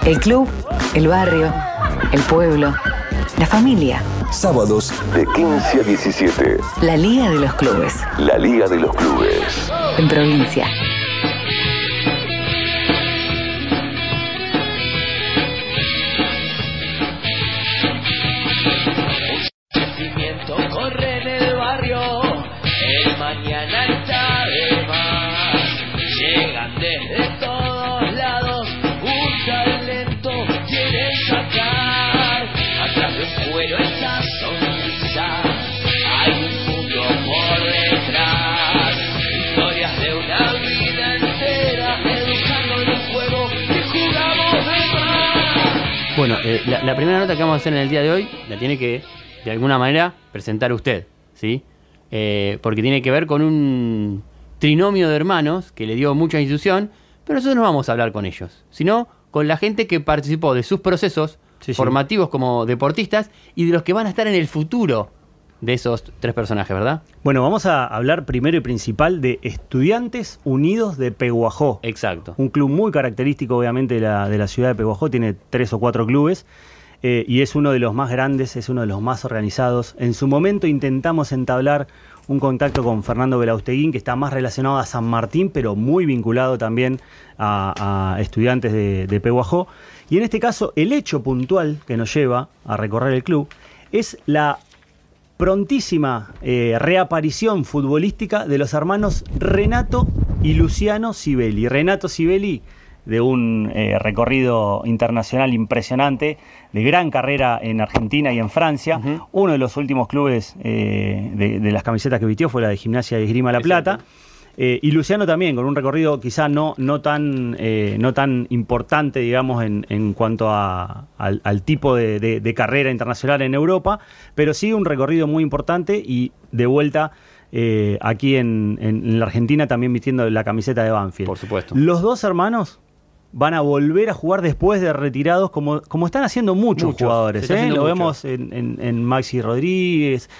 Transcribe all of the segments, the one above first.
El club, el barrio, el pueblo, la familia. Sábados de 15 a 17. La Liga de los Clubes. La Liga de los Clubes. En provincia. Corre en el barrio, el mañana está de más. Llegan desde todos lados, un talento quieren sacar. Atrás de un cuero esa sonrisa, hay un mundo por detrás. Historias de una vida entera, educando en un juego que jugamos de más. Bueno, la primera nota que vamos a hacer en el día de hoy la tiene que, de alguna manera, presentar usted, ¿sí? Porque tiene que ver con un trinomio de hermanos que le dio mucha institución, pero nosotros no vamos a hablar con ellos, sino con la gente que participó de sus procesos formativos como deportistas y de los que van a estar en el futuro de esos tres personajes, ¿verdad? Bueno, vamos a hablar primero y principal de Estudiantes Unidos de Peguajó. Exacto. Un club muy característico, obviamente, de la ciudad de Peguajó. Tiene 3 o 4 clubes. Y es uno de los más grandes, es uno de los más organizados. En su momento intentamos entablar un contacto con Fernando Belausteguín, que está más relacionado a San Martín, pero muy vinculado también a Estudiantes de Peguajó. Y en este caso, el hecho puntual que nos lleva a recorrer el club es la prontísima reaparición futbolística de los hermanos Renato y Luciano Sibeli. Renato Sibeli, de un recorrido internacional impresionante, de gran carrera en Argentina y en Francia. Uno de los últimos clubes de las camisetas que vistió fue la de Gimnasia y Esgrima La Plata. Y Luciano también, con un recorrido quizá no tan importante, digamos, en cuanto al tipo de carrera internacional en Europa, pero sí un recorrido muy importante y de vuelta aquí en la Argentina también vistiendo la camiseta de Banfield. Por supuesto. Los dos hermanos van a volver a jugar después de retirados, como están haciendo muchos jugadores. Lo vemos en Maxi Rodríguez,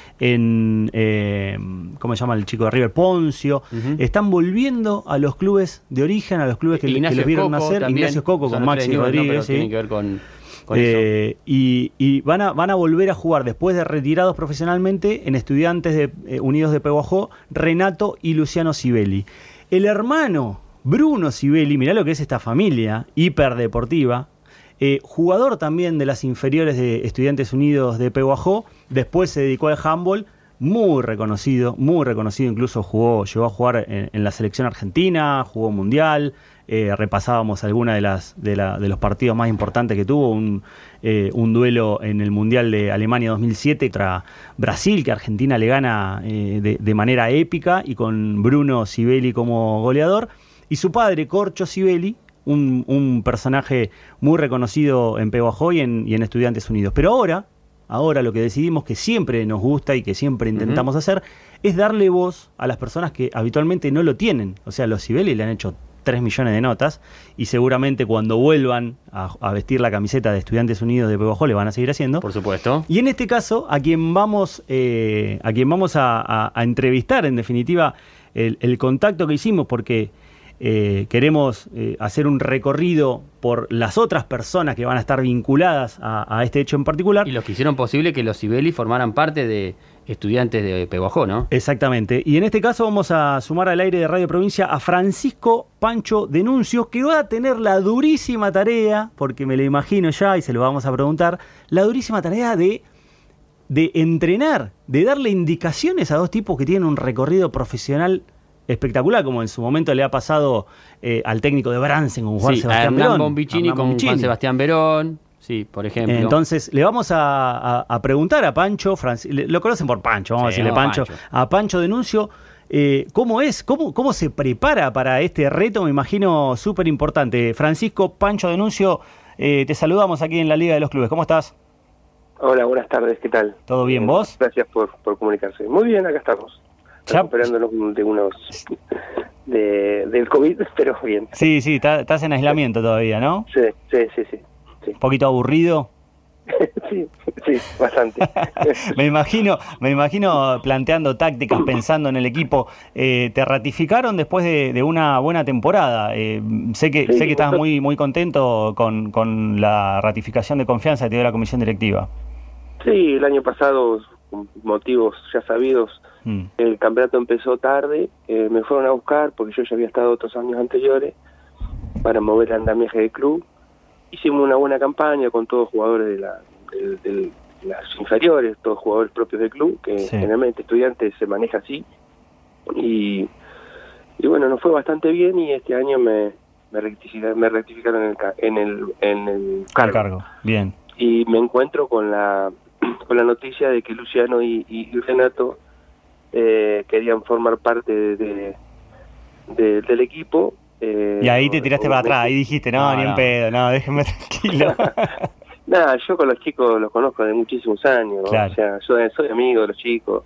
¿cómo se llama el chico de River? Poncio. Están volviendo a los clubes de origen, a los clubes que les vieron nacer. Ignacio Coco con Maxi Rodríguez. Pero tiene que ver con eso. Y van a volver a jugar después de retirados profesionalmente en Estudiantes Unidos de Peguajó, Renato y Luciano Sibeli. El hermano Bruno Sibeli, mirá lo que es esta familia hiperdeportiva, jugador también de las inferiores de Estudiantes Unidos de Peguajó, después se dedicó al handball, muy reconocido, incluso llegó a jugar en la selección argentina, jugó mundial, repasábamos algunas de los partidos más importantes que tuvo, un duelo en el Mundial de Alemania 2007 contra Brasil, que Argentina le gana de manera épica, y con Bruno Sibeli como goleador. Y su padre, Corcho Sibeli, un personaje muy reconocido en Peguajó y en Estudiantes Unidos. Pero ahora lo que decidimos, que siempre nos gusta y que siempre intentamos hacer, es darle voz a las personas que habitualmente no lo tienen. O sea, los Sibeli le han hecho 3 millones de notas y seguramente cuando vuelvan a vestir la camiseta de Estudiantes Unidos de Peguajó le van a seguir haciendo. Por supuesto. Y en este caso, a quien vamos a entrevistar, en definitiva, el contacto que hicimos, porque queremos hacer un recorrido por las otras personas que van a estar vinculadas a este hecho en particular. Y los que hicieron posible que los Sibeli formaran parte de Estudiantes de Peguajó, ¿no? Exactamente. Y en este caso vamos a sumar al aire de Radio Provincia a Francisco Pancho Denuncios, que va a tener la durísima tarea, porque me lo imagino ya y se lo vamos a preguntar, la durísima tarea de entrenar, de darle indicaciones a dos tipos que tienen un recorrido profesional espectacular, como en su momento le ha pasado al técnico de Bransen con Juan Sebastián Verón. Bombicini con Juan Sebastián Verón, sí, por ejemplo. Entonces le vamos a preguntar a Pancho, lo conocen por Pancho, vamos a decirle Pancho, a Pancho Denuncio, cómo se prepara para este reto, me imagino súper importante. Francisco Pancho Denuncio, te saludamos aquí en la Liga de los Clubes, ¿cómo estás? Hola, buenas tardes, ¿qué tal? ¿Todo bien, vos? Gracias por comunicarse. Muy bien, acá estamos. Recuperándonos del COVID, pero bien. Sí, estás en aislamiento todavía, ¿no? Sí. ¿Un poquito aburrido? Sí, Sí, bastante. me imagino planteando tácticas, pensando en el equipo. ¿Te ratificaron después de una buena temporada? Sé que estás muy contento con la ratificación de confianza que te dio la comisión directiva. Sí, el año pasado, por motivos ya sabidos, el campeonato empezó tarde, me fueron a buscar porque yo ya había estado otros años anteriores para mover el andamiaje del club. Hicimos una buena campaña con todos jugadores de las inferiores, todos jugadores propios del club, que generalmente Estudiantes se maneja así. Y bueno, nos fue bastante bien y este año me rectificaron en el cargo. Bien. Y me encuentro con la noticia de que Luciano y Renato querían formar parte del equipo. Y ahí te tiraste para atrás, ahí dijiste, no, ni en pedo, no, déjenme tranquilo. Nada, yo con los chicos los conozco de muchísimos años, claro. O sea, yo soy amigo de los chicos,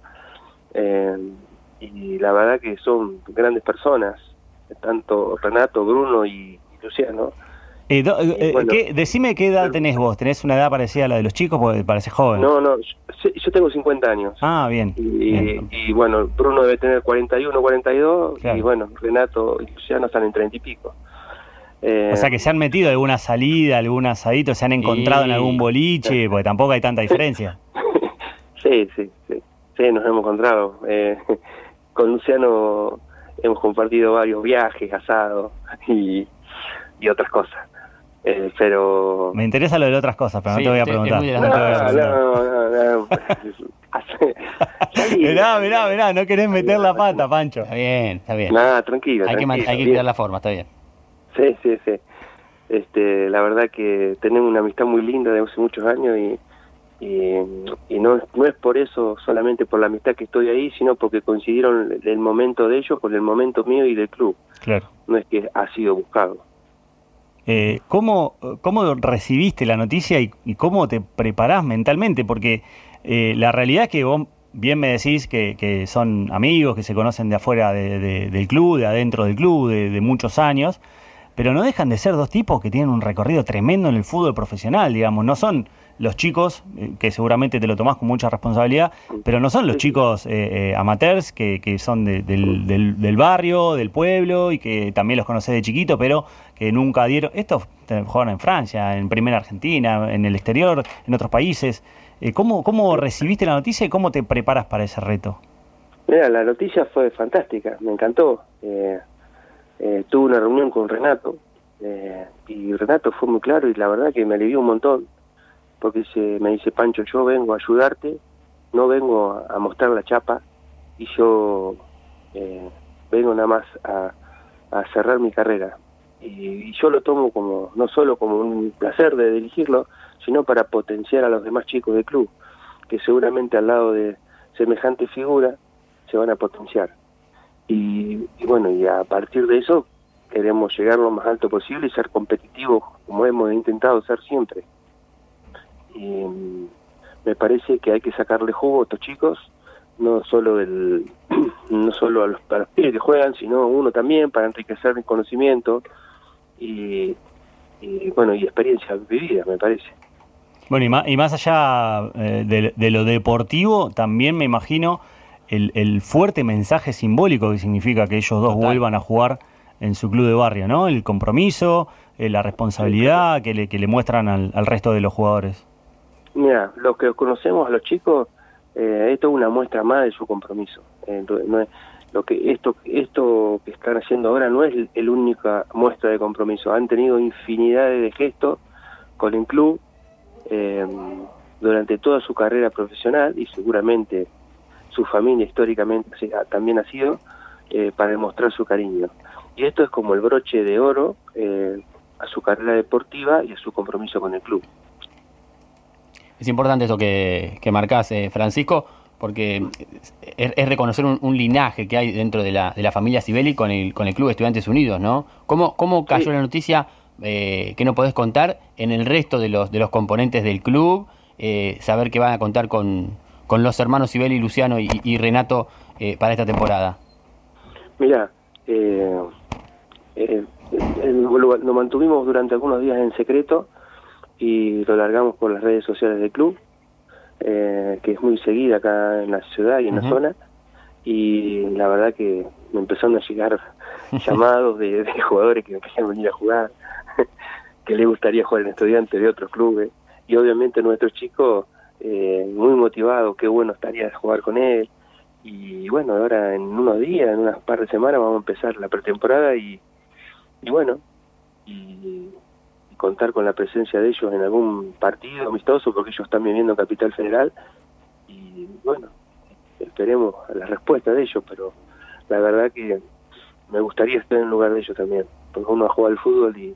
y la verdad que son grandes personas, tanto Renato, Bruno y Luciano. Bueno, decime qué edad tenés vos. ¿Tenés una edad parecida a la de los chicos? Porque parecés joven. No, yo tengo 50 años. Ah, bien. Y bueno, Bruno debe tener 41, 42, claro. Y bueno, Renato y Luciano están en 30 y pico. O sea que se han metido alguna salida, algún asadito, se han encontrado en algún boliche, porque tampoco hay tanta diferencia. Sí, nos hemos encontrado. Con Luciano hemos compartido varios viajes, asados y otras cosas. Pero... Me interesa lo de otras cosas, pero no te voy a preguntar. No. Mirá, no querés meter la pata, Pancho. Está bien. Nada, tranquilo. Hay que cuidar la forma, está bien. Sí. La verdad que tenemos una amistad muy linda de hace muchos años y no es por eso, solamente por la amistad que estoy ahí, sino porque coincidieron el momento de ellos con el momento mío y del club. Claro. No es que ha sido buscado. ¿Cómo recibiste la noticia y cómo te preparás mentalmente? Porque la realidad es que vos bien me decís que son amigos, que se conocen de afuera del club, de adentro del club, de muchos años, pero no dejan de ser dos tipos que tienen un recorrido tremendo en el fútbol profesional, digamos. No son los chicos, que seguramente te lo tomás con mucha responsabilidad, pero no son los chicos amateurs que son del barrio, del pueblo, y que también los conocés de chiquito, pero que nunca dieron... Estos juegan en Francia, en Primera Argentina, en el exterior, en otros países. ¿Cómo recibiste la noticia y cómo te preparas para ese reto? Mira, la noticia fue fantástica, me encantó. Tuve una reunión con Renato, y Renato fue muy claro y la verdad que me alivió un montón, porque me dice: Pancho, yo vengo a ayudarte, no vengo a mostrar la chapa, y yo vengo nada más a cerrar mi carrera. Y yo lo tomo como no solo como un placer de dirigirlo, sino para potenciar a los demás chicos del club, que seguramente al lado de semejante figura se van a potenciar. Y bueno, y a partir de eso queremos llegar lo más alto posible y ser competitivos como hemos intentado ser siempre. Y me parece que hay que sacarle jugo a estos chicos, no solo a los pibes que juegan, sino uno también, para enriquecer el conocimiento y bueno, y experiencia vivida, me parece. Bueno, y más allá de lo deportivo, también me imagino el fuerte mensaje simbólico que significa que ellos dos vuelvan a jugar en su club de barrio, ¿no? El compromiso, la responsabilidad que le muestran al resto de los jugadores. Mira, los que conocemos a los chicos, esto es una muestra más de su compromiso. No es, esto que están haciendo ahora no es el única muestra de compromiso. Han tenido infinidad de gestos con el club durante toda su carrera profesional, y seguramente su familia históricamente también ha sido, para demostrar su cariño. Y esto es como el broche de oro a su carrera deportiva y a su compromiso con el club. Es importante eso que marcás, Francisco, porque es reconocer un linaje que hay dentro de la familia Sibeli con el Club Estudiantes Unidos, ¿no? ¿Cómo cayó la noticia que no podés contar en el resto de los componentes del club? Saber que van a contar con los hermanos Sibeli, Luciano y Renato para esta temporada. Mirá, lo mantuvimos durante algunos días en secreto y lo largamos por las redes sociales del club. que es muy seguida acá en la ciudad y en la zona, y la verdad que me empezaron a llegar llamados de jugadores que querían venir a jugar, que les gustaría jugar en Estudiantes de otros clubes, y obviamente nuestro chico muy motivado, qué bueno estaría jugar con él, y bueno, ahora en unos días, en unas par de semanas vamos a empezar la pretemporada y bueno, y contar con la presencia de ellos en algún partido amistoso, porque ellos están viviendo en Capital Federal, y bueno, esperemos la respuesta de ellos, pero la verdad que me gustaría estar en lugar de ellos también, porque uno ha jugado al fútbol y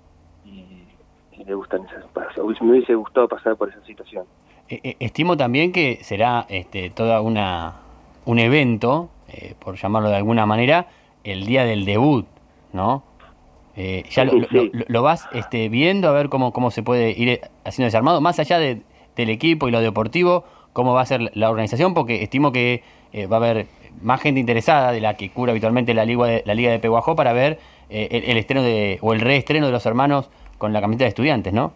le gustan esas cosas. Me hubiese gustado pasar por esa situación. Estimo también que será toda un evento, por llamarlo de alguna manera, el día del debut, ¿no? Ya sí. lo vas viendo a ver cómo se puede ir haciendo ese armado, más allá del equipo y lo deportivo, cómo va a ser la organización, porque estimo que va a haber más gente interesada de la que cubre habitualmente la Liga de Peguajó para ver el estreno o el reestreno de los hermanos con la camiseta de Estudiantes, ¿no?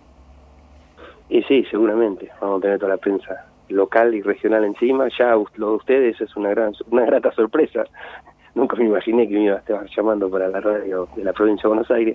Y sí, seguramente, vamos a tener toda la prensa local y regional encima. Ya lo de ustedes es una grata sorpresa. Nunca me imaginé que me iba a estar llamando para la radio de la provincia de Buenos Aires,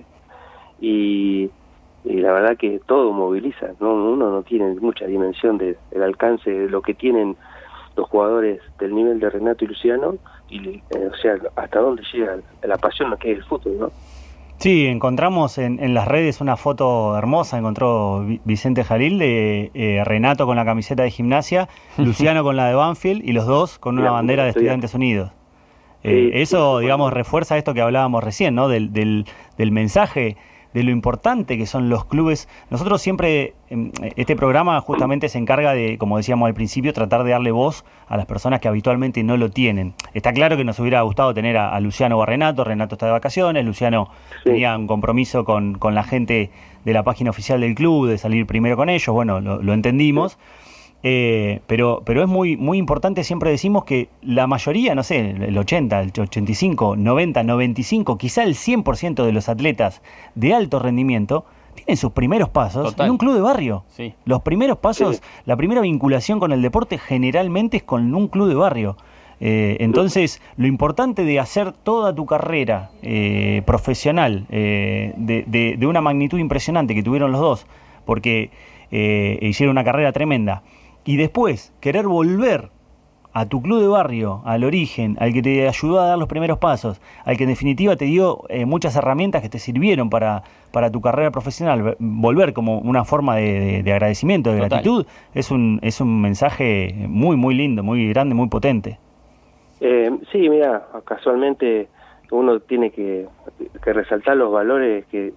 y la verdad que todo moviliza, ¿no? Uno no tiene mucha dimensión del alcance de lo que tienen los jugadores del nivel de Renato y Luciano, y o sea, hasta dónde llega la pasión, lo que es el fútbol, ¿no? Sí, encontramos en las redes una foto hermosa, encontró Vicente Jalil de Renato con la camiseta de Gimnasia, Luciano con la de Banfield, y los dos con una bandera de Estudiantes Unidos. Eso, digamos, refuerza esto que hablábamos recién, ¿no? Del mensaje, de lo importante que son los clubes. Nosotros siempre, este programa justamente se encarga de, como decíamos al principio, tratar de darle voz a las personas que habitualmente no lo tienen. Está claro que nos hubiera gustado tener a Luciano o a Renato. Renato está de vacaciones, Luciano tenía un compromiso con la gente de la página oficial del club, de salir primero con ellos, bueno, lo entendimos. Pero es muy importante, siempre decimos que la mayoría, no sé, el 80, el 85, 90, 95, quizá el 100% de los atletas de alto rendimiento tienen sus primeros pasos en un club de barrio. Sí. Los primeros pasos, la primera vinculación con el deporte generalmente es con un club de barrio. Entonces, lo importante de hacer toda tu carrera profesional de una magnitud impresionante que tuvieron los dos, porque hicieron una carrera tremenda, y después querer volver a tu club de barrio, al origen, al que te ayudó a dar los primeros pasos, al que en definitiva te dio muchas herramientas que te sirvieron para tu carrera profesional, volver como una forma de agradecimiento, de gratitud, es un mensaje muy lindo, muy grande, muy potente. Sí, mira, casualmente uno tiene que resaltar los valores que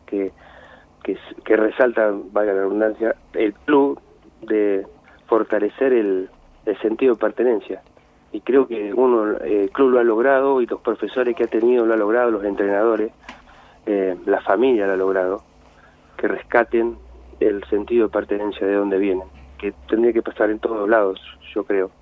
resalta, valga la redundancia, el club, de fortalecer el sentido de pertenencia. Y creo que el club lo ha logrado, y los profesores que ha tenido lo ha logrado, los entrenadores, la familia lo ha logrado, que rescaten el sentido de pertenencia de donde vienen, que tendría que pasar en todos lados, yo creo.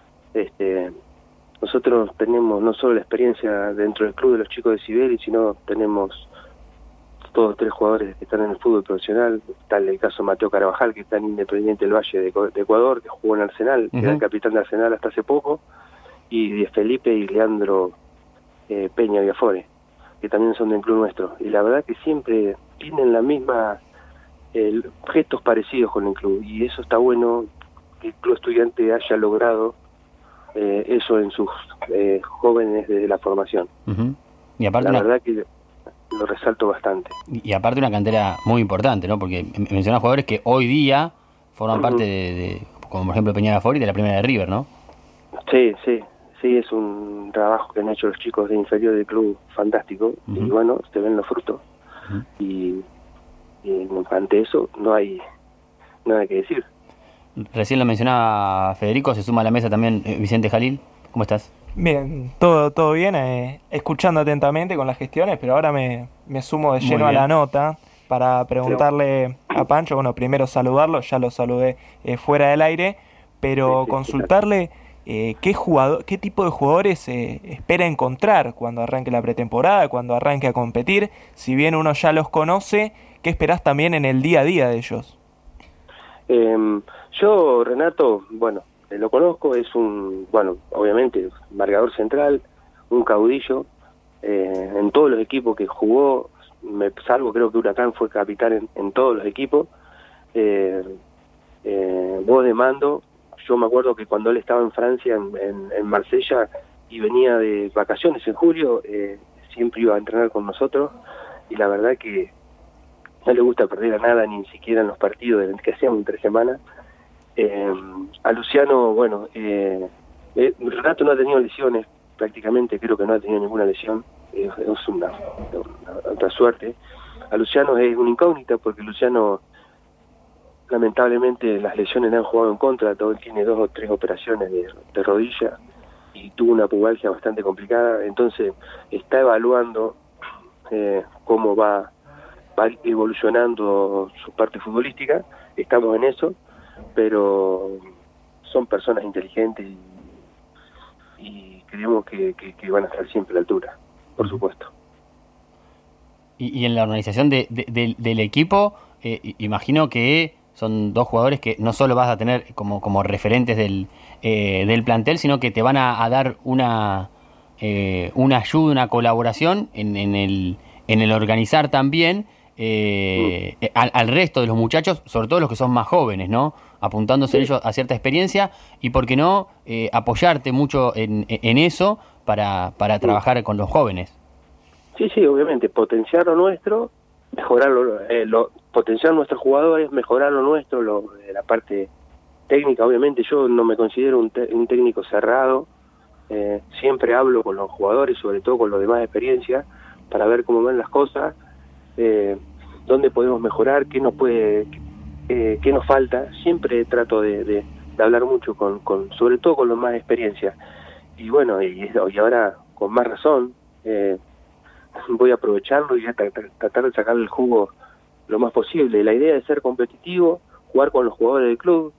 Nosotros tenemos no solo la experiencia dentro del club de los chicos de Sibeli, sino tenemos todos 3 jugadores que están en el fútbol profesional. Está el caso de Mateo Carabajal, que está en Independiente del Valle de Ecuador, que jugó en Arsenal, que era el capitán de Arsenal hasta hace poco, y de Felipe y Leandro Peña Viafore, que también son del club nuestro. Y la verdad que siempre tienen la misma gestos parecidos con el club, y eso está bueno, que el club estudiante haya logrado eso en sus jóvenes desde la formación. Y aparte la verdad que lo resalto bastante. Y aparte una cantera muy importante, ¿no? Porque mencionás jugadores que hoy día forman parte de, como por ejemplo Peña Viafore, de la primera de River, ¿no? Sí, es un trabajo que han hecho los chicos de inferior del club fantástico, y bueno, se ven los frutos. Y ante eso no hay nada que decir. Recién lo mencionaba Federico, se suma a la mesa también Vicente Jalil. ¿Cómo estás? Bien, todo bien, escuchando atentamente con las gestiones, pero ahora me sumo de lleno a la nota para preguntarle a Pancho. Bueno, primero saludarlo, ya lo saludé fuera del aire, pero consultarle qué tipo de jugadores espera encontrar cuando arranque la pretemporada, cuando arranque a competir. Si bien uno ya los conoce, ¿qué esperás también en el día a día de ellos? Yo, Renato, bueno, lo conozco, es obviamente, marcador central, un caudillo, en todos los equipos que jugó, salvo creo que Huracán fue capitán en todos los equipos, voz de mando. Yo me acuerdo que cuando él estaba en Francia, en Marsella, y venía de vacaciones en julio, siempre iba a entrenar con nosotros, y la verdad que no le gusta perder a nada, ni siquiera en los partidos que hacíamos entre semanas. A Luciano, bueno, Renato no ha tenido lesiones, prácticamente creo que no ha tenido ninguna lesión, es una otra suerte. A Luciano es una incógnita, porque Luciano, lamentablemente, las lesiones le han jugado en contra. Él tiene 2 o 3 operaciones de rodilla y tuvo una pubalgia bastante complicada, entonces está evaluando cómo va evolucionando su parte futbolística. Estamos en eso, pero son personas inteligentes y creemos que van a estar siempre a la altura, por supuesto. Y en la organización del equipo, imagino que son 2 jugadores que no solo vas a tener como referentes del plantel, sino que te van a dar una ayuda, una colaboración en el organizar también al resto de los muchachos, sobre todo los que son más jóvenes, ¿no? Apuntándose ellos a cierta experiencia y, ¿por qué no, apoyarte mucho en eso para trabajar con los jóvenes? Sí, obviamente, potenciar lo nuestro, mejorarlo, potenciar nuestros jugadores, mejorar lo nuestro, la parte técnica. Obviamente yo no me considero un técnico cerrado, siempre hablo con los jugadores, sobre todo con los de más experiencia, para ver cómo van las cosas, dónde podemos mejorar, qué nos falta. Siempre trato de hablar mucho sobre todo con los más experiencia, y bueno, y ahora con más razón voy a aprovecharlo y voy a tratar de sacarle el jugo lo más posible. La idea es ser competitivo, jugar con los jugadores del club,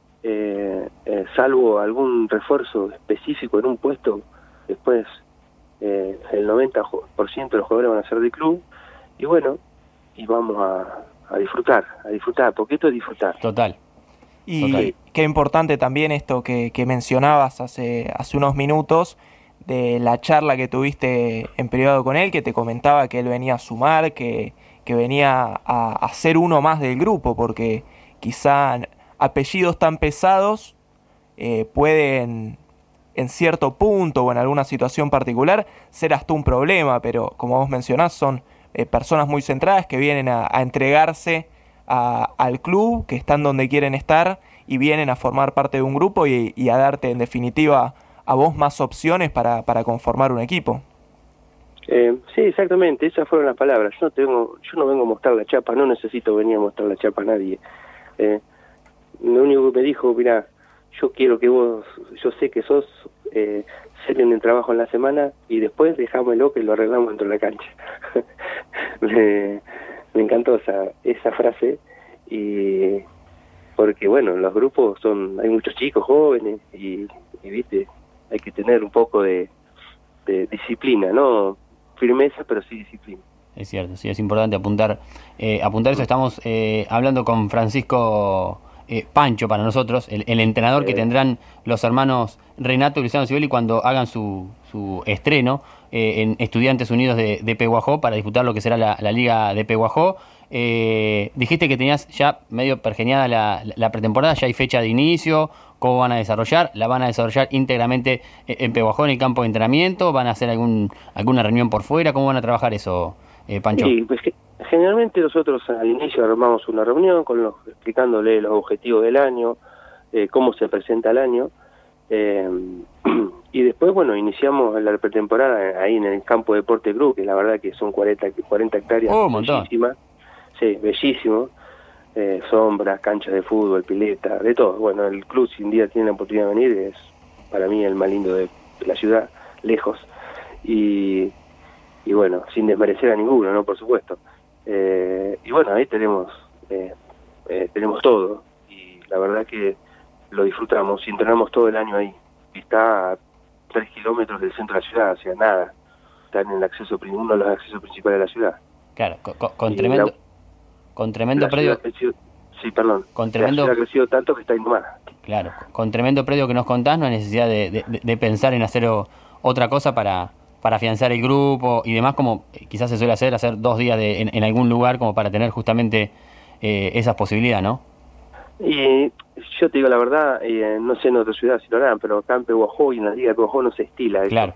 salvo algún refuerzo específico en un puesto, después el 90% de los jugadores van a ser del club, y bueno, y vamos a disfrutar, porque esto es disfrutar. Total. Y qué importante también esto que mencionabas hace unos minutos, de la charla que tuviste en privado con él, que te comentaba que él venía a sumar, que venía a ser uno más del grupo, porque quizá apellidos tan pesados pueden, en cierto punto o en alguna situación particular, ser hasta un problema, pero como vos mencionás, son personas muy centradas que vienen a entregarse al club, que están donde quieren estar y vienen a formar parte de un grupo y a darte, en definitiva, a vos más opciones para conformar un equipo. Sí, exactamente, esas fueron las palabras. Yo no vengo a mostrar la chapa, no necesito venir a mostrar la chapa a nadie. Lo único que me dijo, mira, yo quiero que vos, yo sé que sos serio en el trabajo en la semana, y después dejámoslo que lo arreglamos dentro de la cancha. me encantó esa frase, y porque bueno, los grupos hay muchos chicos jóvenes y viste, hay que tener un poco de disciplina, no firmeza, pero sí disciplina. Es cierto, sí, es importante apuntar eso. Estamos hablando con Francisco Pancho, para nosotros, el entrenador que tendrán los hermanos Renato y Luciano Sibeli cuando hagan su estreno en Estudiantes Unidos de Pehuajó, para disputar lo que será la Liga de Pehuajó. Dijiste que tenías ya medio pergeñada la pretemporada, ya hay fecha de inicio. ¿Cómo van a desarrollar? ¿La van a desarrollar íntegramente en Pehuajó, en el campo de entrenamiento? ¿Van a hacer alguna reunión por fuera? ¿Cómo van a trabajar eso, Pancho? Sí, pues generalmente nosotros al inicio armamos una reunión explicándole los objetivos del año, cómo se presenta el año, y después, bueno, iniciamos la pretemporada ahí en el campo de Deporte Cruz, que la verdad que son 40 hectáreas, bellísimas, sí, bellísimo, sombras, canchas de fútbol, pileta, de todo. Bueno, el club, si un día tiene la oportunidad de venir, es para mí el más lindo de la ciudad, lejos, y bueno, sin desmerecer a ninguno, ¿no? Por supuesto. Y bueno, ahí tenemos todo, y la verdad que lo disfrutamos y entrenamos todo el año ahí. Y está a 3 kilómetros del centro de la ciudad, o sea, nada, está en uno de los accesos principales de la ciudad. Claro, con tremendo predio. Sí, perdón. Con tremendo... Ha crecido tanto que está inhumana. Claro, con tremendo predio que nos contás, no hay necesidad de pensar en hacer otra cosa para afianzar el grupo y demás, como quizás se suele hacer 2 días en algún lugar como para tener justamente esas posibilidades, ¿no? Y yo te digo la verdad, no sé en otras ciudades si lo harán, pero acá en Pehuajó y en la Liga de Pehuajó no se estila eso. Claro.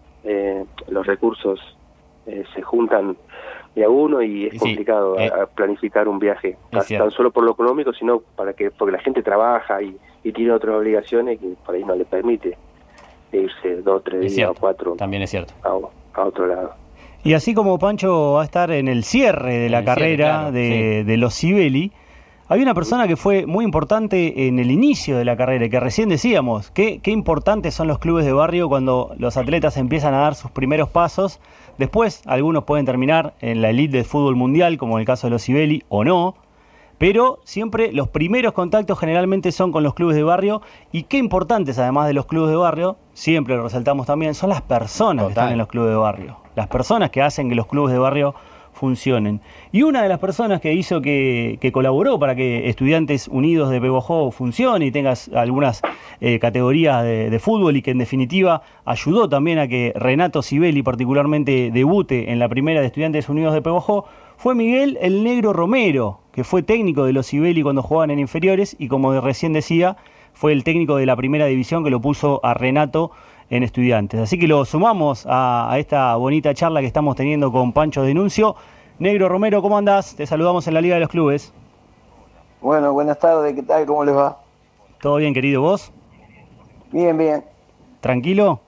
Los recursos se juntan de a uno y es complicado a planificar un viaje, tan solo por lo económico, sino porque la gente trabaja y tiene otras obligaciones que por ahí no le permite irse 2, 3 días o 4. También es cierto. A otro lado. Y así como Pancho va a estar en el cierre de la carrera de los Sibeli, hay una persona que fue muy importante en el inicio de la carrera y que recién decíamos, qué importantes son los clubes de barrio cuando los atletas empiezan a dar sus primeros pasos. Después algunos pueden terminar en la elite del fútbol mundial, como en el caso de los Sibeli, o no. Pero siempre los primeros contactos generalmente son con los clubes de barrio, y qué importantes, además de los clubes de barrio, siempre lo resaltamos también, son las personas que están en los clubes de barrio. Las personas que hacen que los clubes de barrio funcionen. Y una de las personas que hizo que colaboró para que Estudiantes Unidos de Pehuajó funcione y tenga algunas categorías de fútbol, y que en definitiva ayudó también a que Renato Sibeli particularmente debute en la primera de Estudiantes Unidos de Pehuajó, fue Miguel el Negro Romero, que fue técnico de los Sibeli cuando jugaban en inferiores y, como recién decía, fue el técnico de la primera división que lo puso a Renato en Estudiantes. Así que lo sumamos a esta bonita charla que estamos teniendo con Pancho Denuncio. Negro Romero, ¿cómo andás? Te saludamos en la Liga de los Clubes. Bueno, buenas tardes, ¿qué tal? ¿Cómo les va? ¿Todo bien, querido? ¿Vos? Bien, bien. ¿Tranquilo?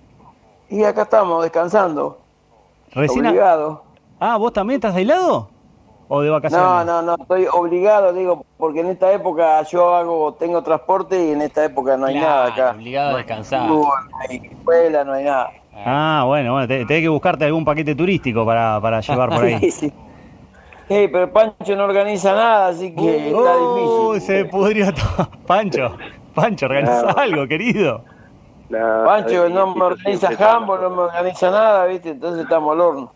Y acá estamos, descansando. Recién obligado. Ah, ¿vos también estás aislado? ¿O de vacaciones? No, estoy obligado, digo, porque en esta época tengo transporte y en esta época no hay nada acá. Obligado a descansar. No hay escuela, no hay nada. Ah, bueno, tenés que buscarte algún paquete turístico para llevar por ahí. Sí. Pero Pancho no organiza nada, así que está difícil. Se pudrió todo. Pancho, organiza algo, querido. Pancho no me organiza jambo, no me organiza nada, ¿viste? Entonces estamos al horno.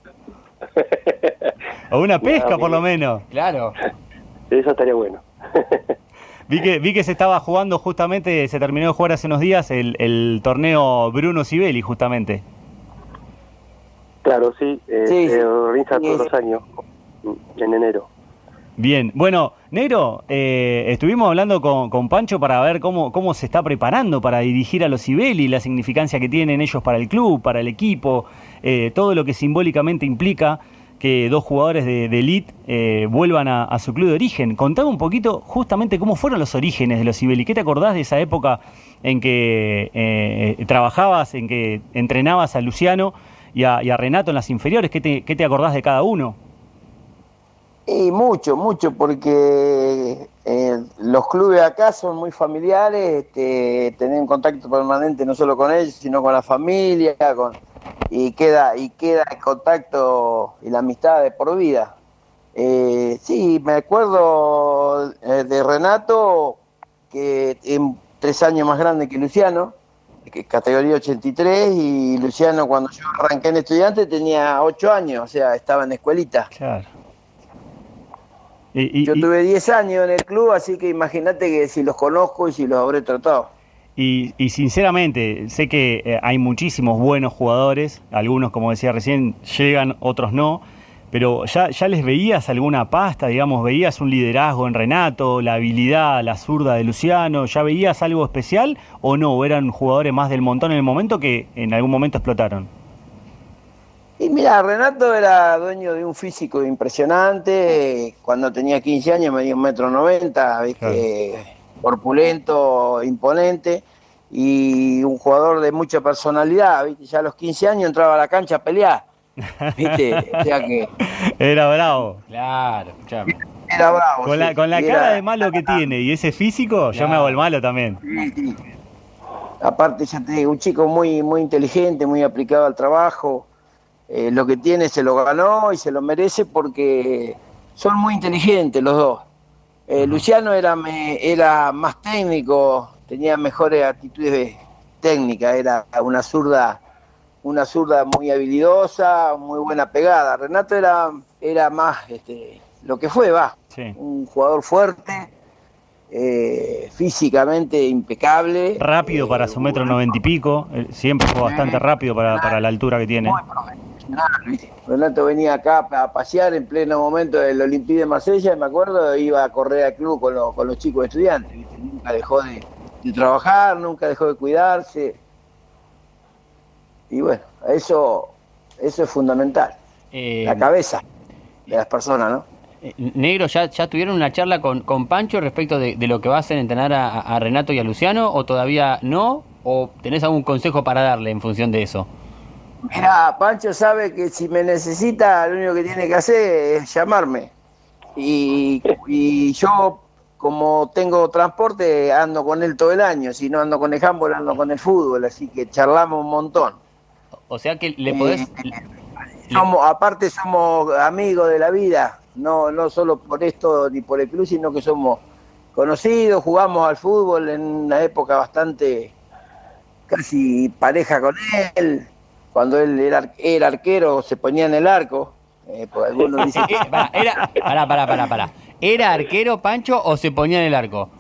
O una pesca, por lo menos. Claro. Eso estaría bueno. Vi que se estaba jugando justamente, se terminó de jugar hace unos días el torneo Bruno Sibeli, justamente. Claro, sí. Se organiza todos los años, en enero. Bien, bueno, Negro, estuvimos hablando con Pancho para ver cómo se está preparando para dirigir a los Sibeli, la significancia que tienen ellos para el club, para el equipo, todo lo que simbólicamente implica que 2 jugadores de elite vuelvan a su club de origen. Contame un poquito justamente cómo fueron los orígenes de los Sibeli. ¿Qué te acordás de esa época en que trabajabas, en que entrenabas a Luciano y a Renato en las inferiores? ¿Qué te acordás de cada uno? Y mucho, porque los clubes acá son muy familiares, tener un contacto permanente no solo con ellos, sino con la familia, y queda el contacto y la amistad de por vida. Sí, me acuerdo de Renato, que es 3 años más grande que Luciano, que categoría 83, y Luciano cuando yo arranqué en Estudiantes tenía 8 años, o sea, estaba en escuelita. Claro. Yo tuve 10 años en el club, así que imagínate que si los conozco y si los habré tratado. Y sinceramente, sé que hay muchísimos buenos jugadores, algunos, como decía recién, llegan, otros no, pero ¿ya les veías alguna pasta, digamos, veías un liderazgo en Renato, la habilidad, la zurda de Luciano, ¿ya veías algo especial o no? ¿O eran jugadores más del montón en el momento que en algún momento explotaron? Y mira, Renato era dueño de un físico impresionante. Cuando tenía 15 años medía 1,90 m, ¿viste? Claro. Corpulento, imponente, y un jugador de mucha personalidad, ¿viste? Ya a los 15 años entraba a la cancha a pelear, ¿viste? O sea que... Era bravo. Claro, escuchame. Era bravo. Con la cara de malo que tiene y ese físico, claro. Yo me hago el malo también. Sí. Aparte, ya te digo, un chico muy, muy inteligente, muy aplicado al trabajo. Lo que tiene se lo ganó y se lo merece porque son muy inteligentes los dos. Luciano era más técnico, tenía mejores actitudes técnicas, era una zurda muy habilidosa, muy buena pegada. Renato era más lo que fue, un jugador fuerte, físicamente impecable. Rápido para su 1,90 m y pico, siempre fue bastante rápido para la altura que tiene. Muy profesional, ¿viste? Renato venía acá a pasear en pleno momento del Olympique de Marsella, me acuerdo, iba a correr al club con los chicos estudiantes, ¿viste? Nunca dejó de trabajar, nunca dejó de cuidarse. Y bueno, eso es fundamental, la cabeza de las personas, ¿no? Negro, ¿ya tuvieron una charla con Pancho respecto de lo que va a hacer entrenar a Renato y a Luciano, o todavía no? ¿O tenés algún consejo para darle en función de eso? Mira, Pancho sabe que si me necesita, lo único que tiene que hacer es llamarme. Y yo, como tengo transporte, ando con él todo el año. Si no ando con el handball, ando con el fútbol. Así que charlamos un montón. O sea que le podés... Aparte somos amigos de la vida. No solo por esto ni por el club, sino que somos conocidos. Jugamos al fútbol en una época bastante... casi pareja con él. Cuando él era arquero, se ponía en el arco. Pues algunos dicen que... Pará. ¿Era arquero, Pancho, o se ponía en el arco?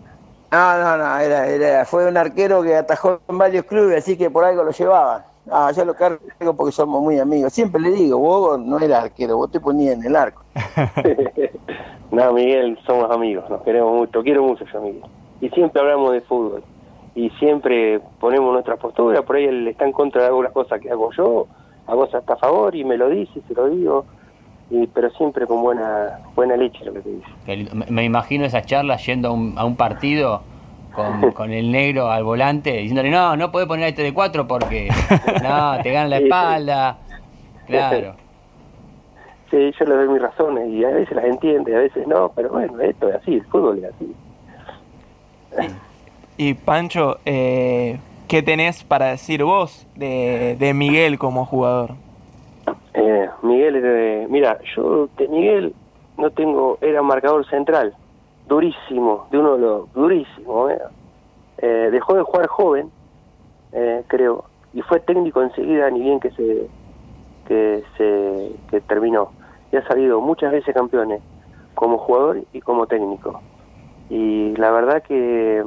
No, fue un arquero que atajó en varios clubes, así que por algo lo llevaban. Yo lo cargo porque somos muy amigos. Siempre le digo, vos no eras arquero, vos te ponías en el arco. No, Miguel, somos amigos, nos queremos mucho, quiero mucho yo, Miguel. Y siempre hablamos de fútbol. Y siempre ponemos nuestra postura, por ahí él está en contra de algunas cosas que hago yo, a vos está a favor y me lo dice, se lo digo, pero siempre con buena leche lo que te dice. Me imagino esas charlas yendo a un partido con el negro al volante, diciéndole, no podés poner a este de 4 porque no, te gana la espalda. Claro. Sí, yo le doy mis razones y a veces las entiende, a veces no, pero bueno, esto es así, el fútbol es así. Y Pancho, ¿qué tenés para decir vos de Miguel como jugador? Miguel, mira, yo de Miguel no tengo, era marcador central, durísimo, durísimo. Dejó de jugar joven, creo, y fue técnico enseguida, ni bien que terminó. Y ha salido muchas veces campeones, como jugador y como técnico. Y la verdad que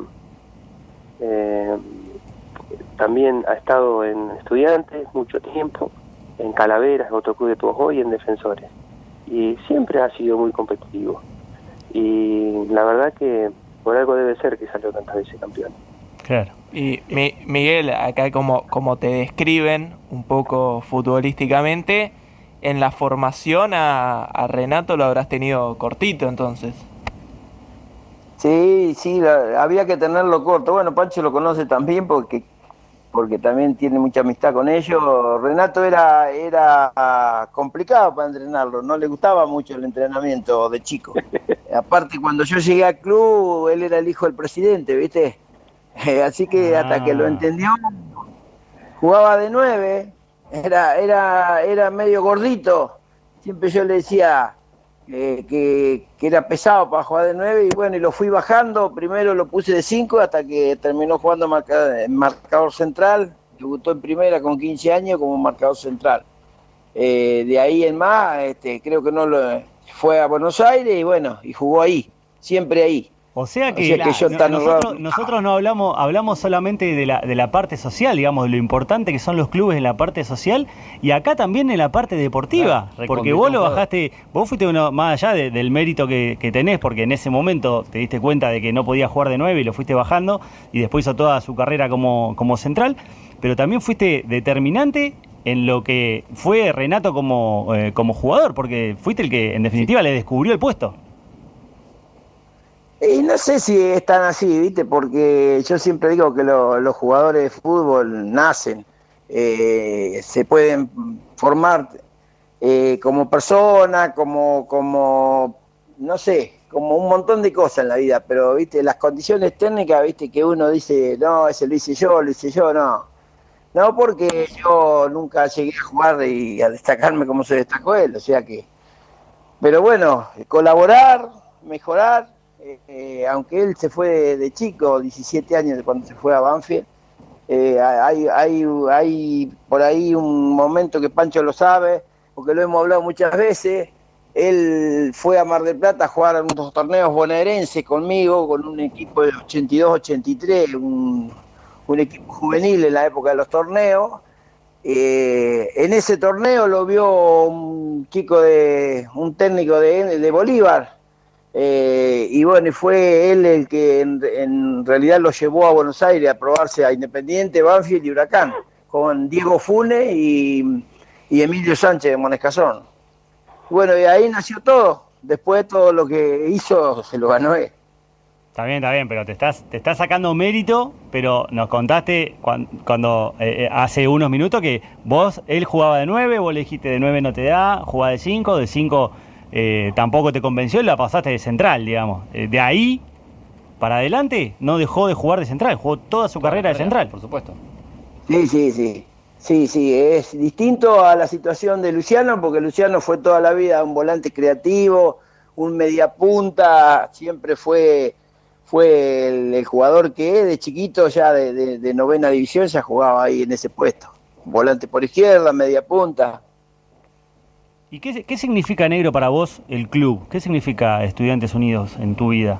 también ha estado en Estudiantes mucho tiempo, en Calaveras, otro club de Tuajó, y en Defensores. Y siempre ha sido muy competitivo. Y la verdad que por algo debe ser que salió tantas veces campeón. Claro. Y Miguel, acá como te describen un poco futbolísticamente, en la formación a Renato lo habrás tenido cortito entonces. Sí, había que tenerlo corto. Bueno, Pancho lo conoce también porque también tiene mucha amistad con ellos. Renato era complicado para entrenarlo, no le gustaba mucho el entrenamiento de chico. Aparte, cuando yo llegué al club, él era el hijo del presidente, ¿viste? Así que hasta que lo entendió, jugaba de 9, era medio gordito. Siempre yo le decía que era pesado para jugar de 9 y bueno, y lo fui bajando. Primero lo puse de 5 hasta que terminó jugando marcador central. Debutó en primera con 15 años como marcador central. De ahí en más, creo que fue a Buenos Aires y bueno, y jugó ahí, siempre ahí. O sea que, nosotros no hablamos solamente de la parte social, digamos, de lo importante que son los clubes en la parte social y acá también en la parte deportiva, porque vos lo bajaste, vos fuiste uno más allá del mérito que tenés, porque en ese momento te diste cuenta de que no podías jugar de 9 y lo fuiste bajando y después hizo toda su carrera como central, pero también fuiste determinante en lo que fue Renato como jugador, porque fuiste el que en definitiva le descubrió el puesto. Y no sé si es tan así, ¿viste? Porque yo siempre digo que los jugadores de fútbol nacen, se pueden formar como persona, como no sé, como un montón de cosas en la vida, pero, ¿viste? Las condiciones técnicas, ¿viste? Que uno dice, no, ese lo hice yo, no. No, porque yo nunca llegué a jugar y a destacarme como se destacó él, o sea que... Pero bueno, colaborar, mejorar... aunque él se fue de chico, 17 años cuando se fue a Banfield, hay por ahí un momento que Pancho lo sabe, porque lo hemos hablado muchas veces, Él fue a Mar del Plata a jugar en unos torneos bonaerenses conmigo, con un equipo de 82-83, un equipo juvenil en la época de los torneos. En ese torneo lo vio un técnico de Bolívar, y bueno, fue él el que en realidad lo llevó a Buenos Aires a probarse a Independiente, Banfield y Huracán, con Diego Funes y Emilio Sánchez de Monescazón. Bueno, y ahí nació todo. Después todo lo que hizo se lo ganó él. Está bien, pero te estás sacando mérito, pero nos contaste cuando hace unos minutos que él jugaba de 9, vos le dijiste de 9 no te da, jugaba de 5, de 5 tampoco te convenció y la pasaste de central, digamos. De ahí para adelante no dejó de jugar de central, jugó toda su carrera de central. Por supuesto. Sí, es distinto a la situación de Luciano, porque Luciano fue toda la vida un volante creativo, un mediapunta, siempre fue el jugador que de chiquito, ya de novena división, ya jugaba ahí en ese puesto. Volante por izquierda, mediapunta. ¿Y qué significa, Negro, para vos el club? ¿Qué significa Estudiantes Unidos en tu vida?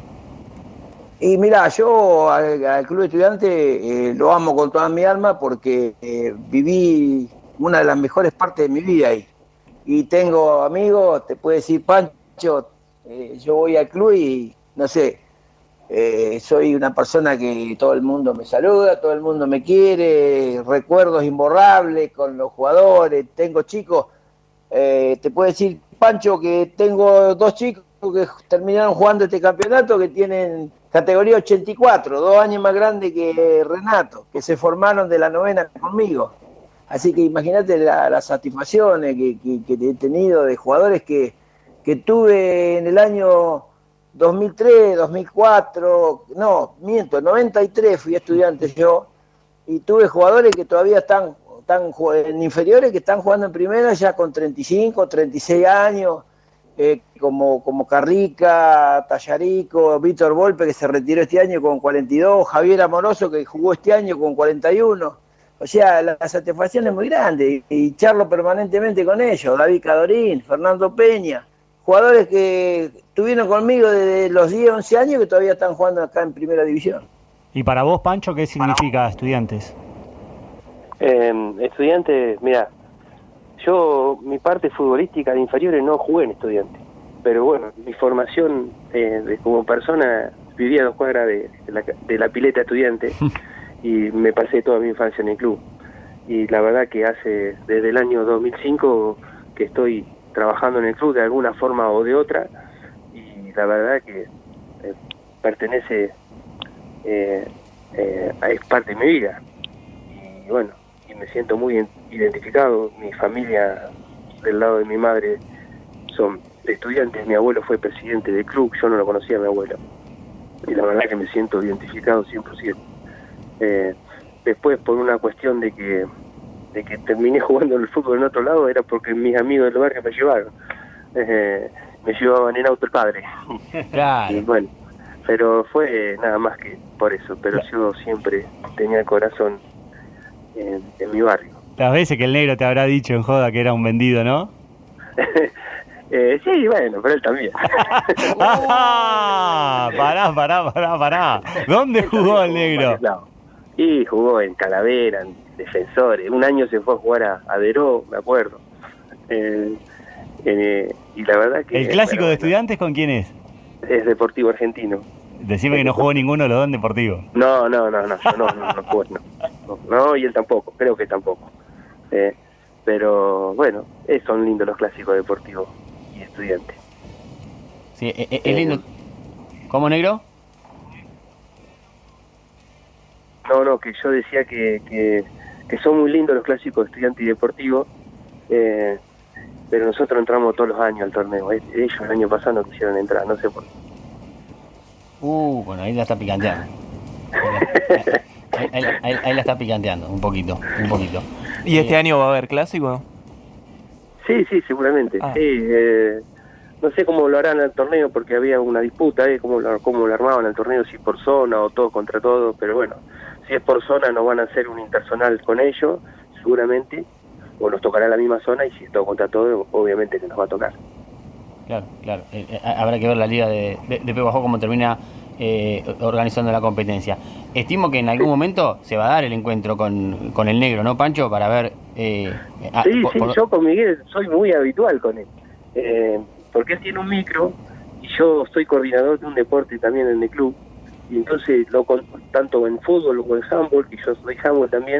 Y mirá, yo al Club Estudiante lo amo con toda mi alma porque viví una de las mejores partes de mi vida ahí. Y tengo amigos, te puede decir Pancho, yo voy al club y no sé, soy una persona que todo el mundo me saluda, todo el mundo me quiere, recuerdos imborrables con los jugadores, tengo chicos, te puedo decir Pancho que tengo 2 chicos que terminaron jugando este campeonato que tienen categoría 84, 2 años más grande que Renato, que se formaron de la novena conmigo. Así que imagínate las satisfacciones que he tenido de jugadores que tuve en el año 2003, 2004, no, miento, 93 fui estudiante yo, y tuve jugadores que todavía están en inferiores, que están jugando en primera ya con 35, 36 años, como Carrica, Tallarico, Víctor Volpe, que se retiró este año con 42, Javier Amoroso, que jugó este año con 41. O sea, la satisfacción es muy grande y charlo permanentemente con ellos. David Cadorín, Fernando Peña, jugadores que estuvieron conmigo desde los 10, 11 años que todavía están jugando acá en Primera División. ¿Y para vos, Pancho, qué significa Estudiantes? Estudiantes, mira, yo mi parte futbolística de inferiores no jugué en Estudiantes, pero bueno, mi formación como persona vivía a 2 cuadras de la pileta Estudiante y me pasé toda mi infancia en el club. Y la verdad que desde el año 2005 que estoy trabajando en el club de alguna forma o de otra, y la verdad que pertenece, es parte de mi vida. Y bueno, y me siento muy identificado. Mi familia del lado de mi madre son estudiantes, mi abuelo fue presidente del club, yo no lo conocía a mi abuelo, y la verdad que me siento identificado 100%. Después, por una cuestión de que terminé jugando el fútbol en otro lado, era porque mis amigos del barrio me llevaron, me llevaban en auto el padre. Claro. Y bueno, pero fue nada más que por eso, pero yo siempre tenía el corazón en mi barrio. Las veces que el Negro te habrá dicho en joda que era un vendido, ¿no? Sí, bueno, pero él también. Pará. ¿Dónde jugó el Negro? Y jugó en Calavera, en Defensores. Un año se fue a jugar a Deró, me acuerdo. Y la verdad que... ¿El clásico de Estudiantes con quién es? Es Deportivo Argentino. Decime que no jugó ninguno de los dos en Deportivo. No, yo no jugué, no, y él tampoco, creo que tampoco. Pero bueno, son lindos los clásicos deportivos y Estudiantes. Sí, es lindo. ¿Cómo, Negro? No, que yo decía que son muy lindos los clásicos de Estudiantes y Deportivo, pero nosotros entramos todos los años al torneo. Ellos el año pasado no quisieron entrar, no sé por qué. Bueno, ahí la está picanteando. Ahí la está picanteando, un poquito. ¿Y este año va a haber clásico? Sí, seguramente. Sí, no sé cómo lo harán al torneo porque había una disputa, cómo lo armaban al torneo, si por zona o todo contra todo, pero bueno, si es por zona nos van a hacer un interzonal con ellos, seguramente, o nos tocará la misma zona, y si es todo contra todo, obviamente que nos va a tocar. Claro. Habrá que ver la liga de Peguajó cómo termina organizando la competencia. Estimo que en algún momento se va a dar el encuentro con el negro, ¿no, Pancho? Para ver... sí, yo con Miguel soy muy habitual con él. Porque él tiene un micro y yo soy coordinador de un deporte también en el club. Y entonces, tanto en fútbol como en handball, que yo soy handball también,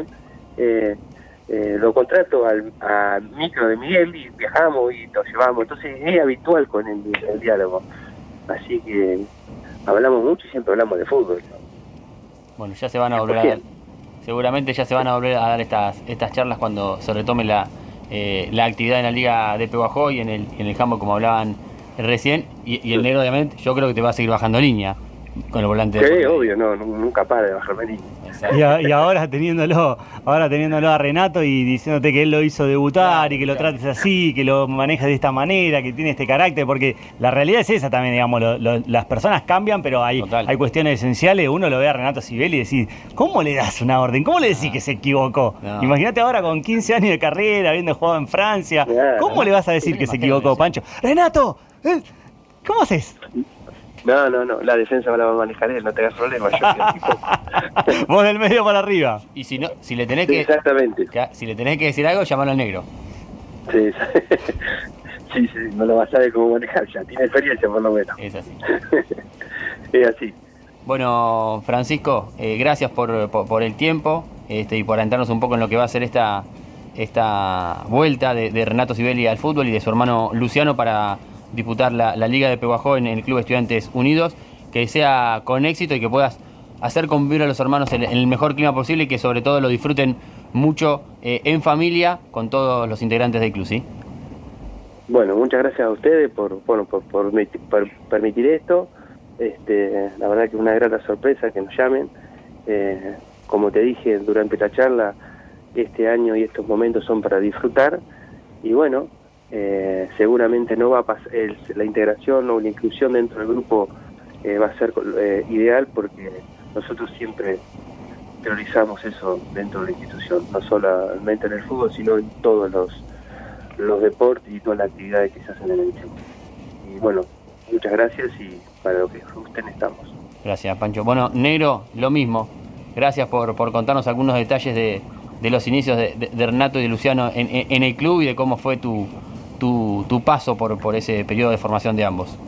lo contrato al micro de Miguel y viajamos y lo llevamos. Entonces es habitual con el diálogo. Así que hablamos mucho y siempre hablamos de fútbol. Bueno, ya se van a volver a dar, seguramente ya se van a volver a dar estas charlas cuando se retome la actividad en la liga de Peguajó y en el handball, como hablaban recién, y el negro obviamente yo creo que te va a seguir bajando línea con el volante. Sí, obvio, nunca para de bajarme línea. Y ahora teniéndolo a Renato y diciéndote que él lo hizo debutar, y que lo trates así, que lo manejas de esta manera, que tiene este carácter, porque la realidad es esa también, digamos, las personas cambian, pero hay cuestiones esenciales. Uno lo ve a Renato Sibeli y decís, ¿cómo le das una orden? ¿Cómo le decís que se equivocó? Imagínate ahora con 15 años de carrera, habiendo jugado en Francia, ¿cómo le vas a decir que se equivocó, Pancho? ¡Renato! ¿Cómo haces? No, la defensa me la va a manejar él, no te hagas problema. Vos del medio para arriba. Y si le tenés que... Exactamente. Si le tenés que decir algo, llamalo al negro. Sí, no lo vas a saber cómo manejar ya, tiene experiencia por lo menos. Es así. Es así. Bueno, Francisco, gracias por el tiempo y por adentrarnos un poco en lo que va a ser esta vuelta de Renato Sibeli al fútbol y de su hermano Luciano para disputar la Liga de Peguajó en el Club Estudiantes Unidos. Que sea con éxito y que puedas hacer convivir a los hermanos en el mejor clima posible y que sobre todo lo disfruten mucho en familia con todos los integrantes del club, ¿sí? Bueno, muchas gracias a ustedes por permitir esto. La verdad que es una grata sorpresa que nos llamen. Como te dije durante la charla, este año y estos momentos son para disfrutar. Y bueno, seguramente no va a pasar la integración o la inclusión dentro del grupo va a ser ideal, porque nosotros siempre priorizamos eso dentro de la institución, no solamente en el fútbol, sino en todos los deportes y todas las actividades que se hacen en el club. Y bueno, muchas gracias y para lo que gusten estamos. Gracias, Pancho. Bueno, Negro, lo mismo. Gracias por contarnos algunos detalles de los inicios de Renato y de Luciano en el club y de cómo fue tu paso por ese periodo de formación de ambos.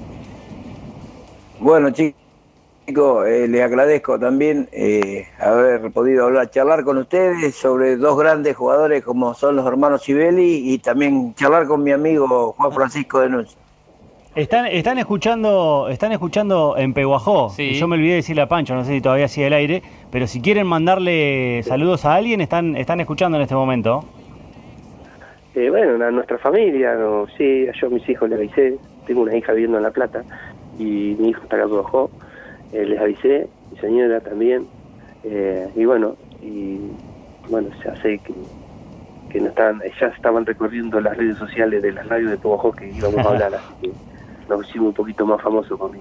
Bueno, chicos, les agradezco también haber podido charlar con ustedes sobre dos grandes jugadores como son los hermanos Sibeli, y también charlar con mi amigo Juan Francisco de Núñez. Están escuchando en Peguajó. Sí. Yo me olvidé de decirle a Pancho, no sé si todavía sigue el aire, pero si quieren mandarle saludos a alguien, están escuchando en este momento. Bueno, a nuestra familia, sí, yo a mis hijos les avisé, tengo una hija viviendo en La Plata y mi hijo está acá en Peguajó, les avisé, mi señora también, y bueno, ya sé que no ya estaban recorriendo las redes sociales de las radios de Peguajó que íbamos a hablar, así que nos hicimos un poquito más famosos con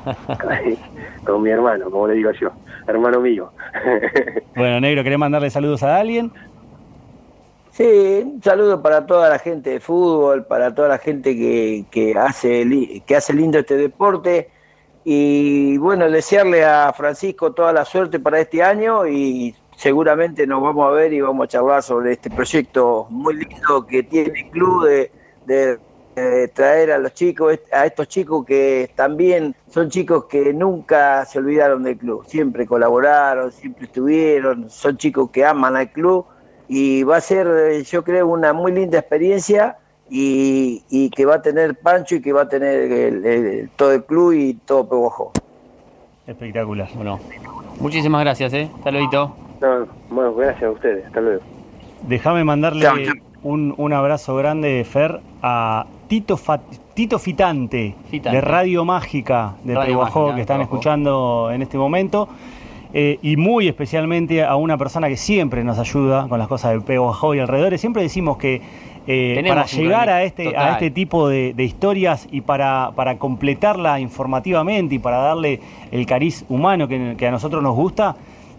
mi hermano, como le digo yo, hermano mío. Bueno, Negro, ¿querés mandarle saludos a alguien? Sí, un saludo para toda la gente de fútbol, para toda la gente que hace lindo este deporte, y bueno, desearle a Francisco toda la suerte para este año, y seguramente nos vamos a ver y vamos a charlar sobre este proyecto muy lindo que tiene el club de traer a los chicos, a estos chicos que también son chicos que nunca se olvidaron del club, siempre colaboraron, siempre estuvieron, son chicos que aman al club, y va a ser, yo creo, una muy linda experiencia y que va a tener Pancho y que va a tener todo el club y todo Peguajó. Espectacular. Bueno, muchísimas gracias, hasta luego. No, bueno, gracias a ustedes, hasta luego. Déjame mandarle un abrazo grande, Fer, a Tito Fitante, de Radio Mágica de Peguajó, que están escuchando en este momento, y muy especialmente a una persona que siempre nos ayuda con las cosas de Peguajó y alrededores. Siempre decimos que para llegar a este tipo de historias y para completarla informativamente y para darle el cariz humano que a nosotros nos gusta,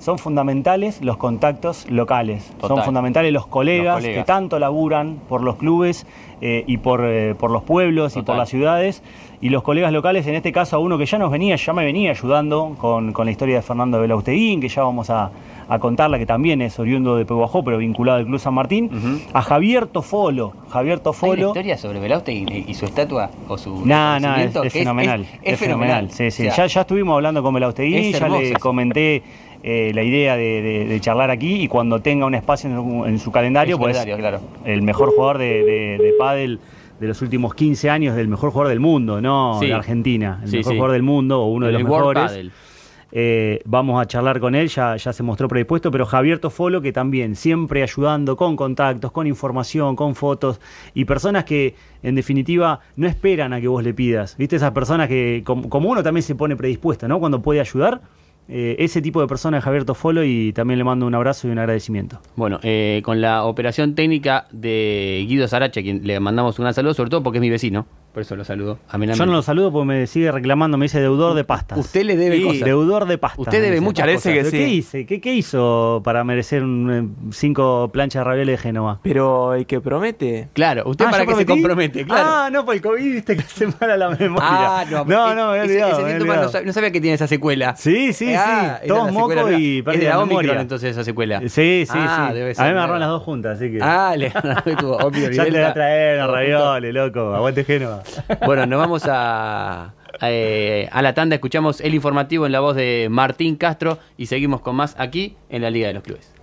son fundamentales los contactos locales, Total. son fundamentales los colegas que tanto laburan por los clubes y por los pueblos. Total. Y por las ciudades, y los colegas locales, en este caso a uno que ya me venía ayudando con la historia de Fernando de Belausteguín, que ya vamos a contarla, que también es oriundo de Peguajó, pero vinculado al Club San Martín, a Javier Tofolo. ¿Hay una historia sobre Belausteguín y su estatua o su No, reconocimiento? es fenomenal. Es fenomenal. Sí, sí. O sea, Ya estuvimos hablando con Belausteguín, ya le comenté la idea de charlar aquí, y cuando tenga un espacio en su calendario, claro. El mejor jugador de pádel de los últimos 15 años, del mejor jugador del mundo, no Sí. de Argentina, el Sí, mejor sí. jugador del mundo o uno de los El World mejores. Padel. Vamos a charlar con él, ya se mostró predispuesto, pero Javier Tofolo, que también siempre ayudando con contactos, con información, con fotos, y personas que en definitiva no esperan a que vos le pidas, ¿viste? Esas personas que, como uno también se pone predispuesto, ¿no? Cuando puede ayudar, ese tipo de persona es Javier Tofolo, y también le mando un abrazo y un agradecimiento. Bueno, con la operación técnica de Guido Sarache, a quien le mandamos un gran saludo, sobre todo porque es mi vecino, por eso lo saludo. Yo no lo saludo porque me sigue reclamando, me dice deudor de pastas. Usted le debe cosas. Deudor de pastas. Usted debe muchas cosas. Parece que sí. ¿Qué hice? ¿Qué hizo para merecer 5 planchas de ravioles de Génova? Pero el que promete. Claro, usted para ¿yo qué se prometí? compromete, claro. No, por el COVID, viste que hace mal a la memoria. No, me había olvidado. ese síntoma no sabía que tiene esa secuela. Sí, todos mocos y es de pérdida la de Omicron, memoria. entonces, esa secuela. Sí. Debe ser, A mí me agarraron las dos juntas, así que... le tuvo Omicron y ya te voy Delta. a traer los ravioles, loco. Aguante Génova. Bueno, nos vamos a la tanda, escuchamos el informativo en la voz de Martín Castro y seguimos con más aquí en la Liga de los Clubes.